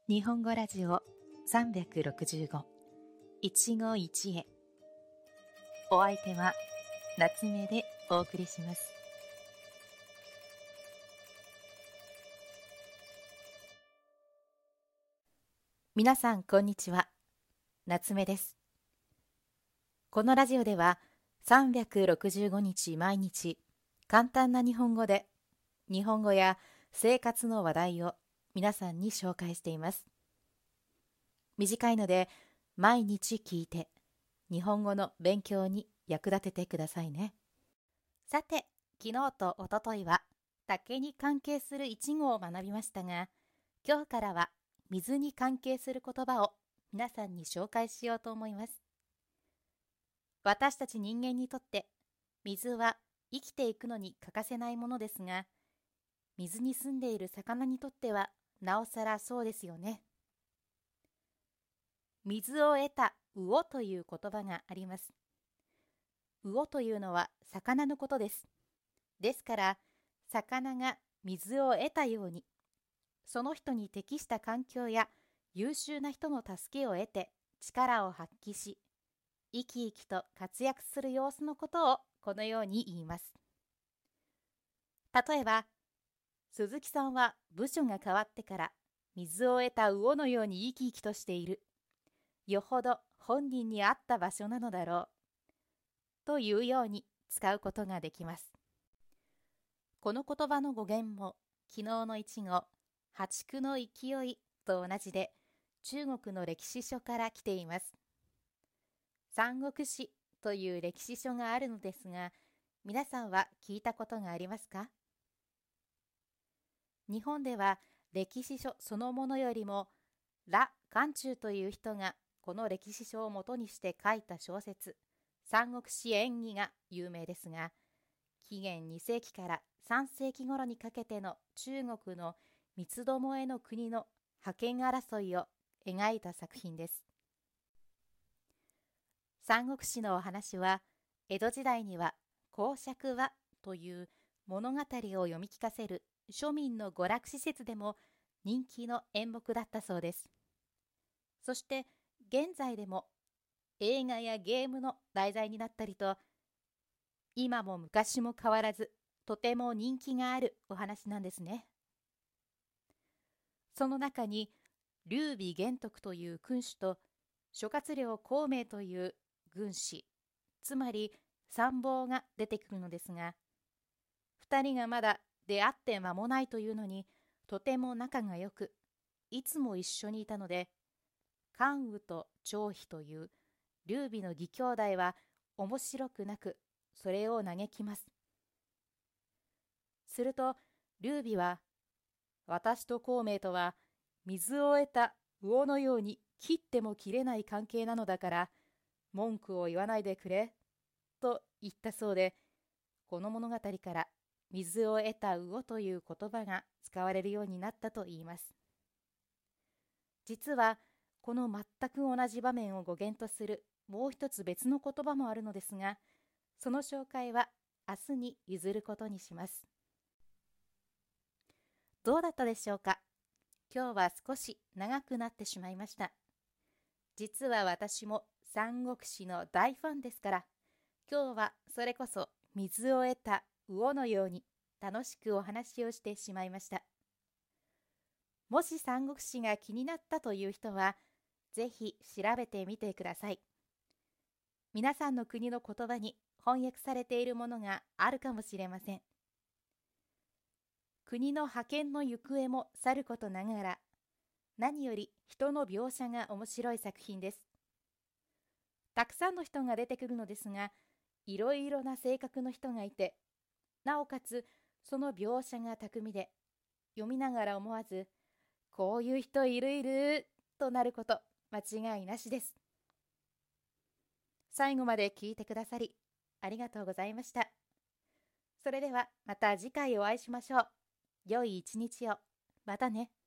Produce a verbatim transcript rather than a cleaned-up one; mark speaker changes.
Speaker 1: 日本語ラジオさんびゃくろくじゅうご一期一会。お相手は夏目でお送りします。皆さんこんにちは、夏目です。このラジオではさんびゃくろくじゅうごにち毎日簡単な日本語で日本語や生活の話題を皆さんに紹介しています。短いので毎日聞いて日本語の勉強に役立ててくださいね。さて、昨日とおとといは竹に関係する一語を学びましたが、今日からは水に関係する言葉を皆さんに紹介しようと思います。私たち人間にとって水は生きていくのに欠かせないものですが、水に住んでいる魚にとってはなおさらそうですよね。水を得た魚という言葉があります。魚というのは魚のことです。ですから、魚が水を得たように、その人に適した環境や優秀な人の助けを得て力を発揮し、生き生きと活躍する様子のことをこのように言います。例えば、鈴木さんは部署が変わってから水を得た魚のように生き生きとしている。よほど本人に合った場所なのだろう。というように使うことができます。この言葉の語源も昨日の一語、破竹の勢いと同じで中国の歴史書から来ています。三国志という歴史書があるのですが、皆さんは聞いたことがありますか？日本では歴史書そのものよりも羅漢中という人がこの歴史書を元にして書いた小説、三国志演義が有名ですが、紀元にせいきからさんせいき頃にかけての中国の三つどもえの国の覇権争いを描いた作品です。三国志のお話は、江戸時代には講釈話という物語を読み聞かせる庶民の娯楽施設でも人気の演目だったそうです。そして現在でも映画やゲームの題材になったりと、今も昔も変わらずとても人気があるお話なんですね。その中に劉備玄徳という君主と諸葛亮孔明という軍師、つまり参謀が出てくるのですが、二人がまだ出会って間もないというのにとても仲が良く、いつも一緒にいたので、関羽と張飛という劉備の義兄弟は面白くなく、それを嘆きます。すると劉備は、私と孔明とは水を得た魚のように切っても切れない関係なのだから文句を言わないでくれと言ったそうで、この物語から水を得た魚という言葉が使われるようになったといいます。実はこの全く同じ場面を語源とするもう一つ別の言葉もあるのですが、その紹介は明日に譲ることにします。どうだったでしょうか？今日は少し長くなってしまいました。実は私も三国志の大ファンですから、今日はそれこそ水を得た魚のように楽しくお話をしてしまいました。もし三国志が気になったという人は、ぜひ調べてみてください。皆さんの国の言葉に翻訳されているものがあるかもしれません。国の覇権の行方もさることながら、何より人の描写が面白い作品です。たくさんの人が出てくるのですが、いろいろな性格の人がいて、なおかつその描写が巧みで、読みながら思わず、こういう人いるいるとなること間違いなしです。最後まで聞いてくださりありがとうございました。それではまた次回お会いしましょう。良い一日を。またね。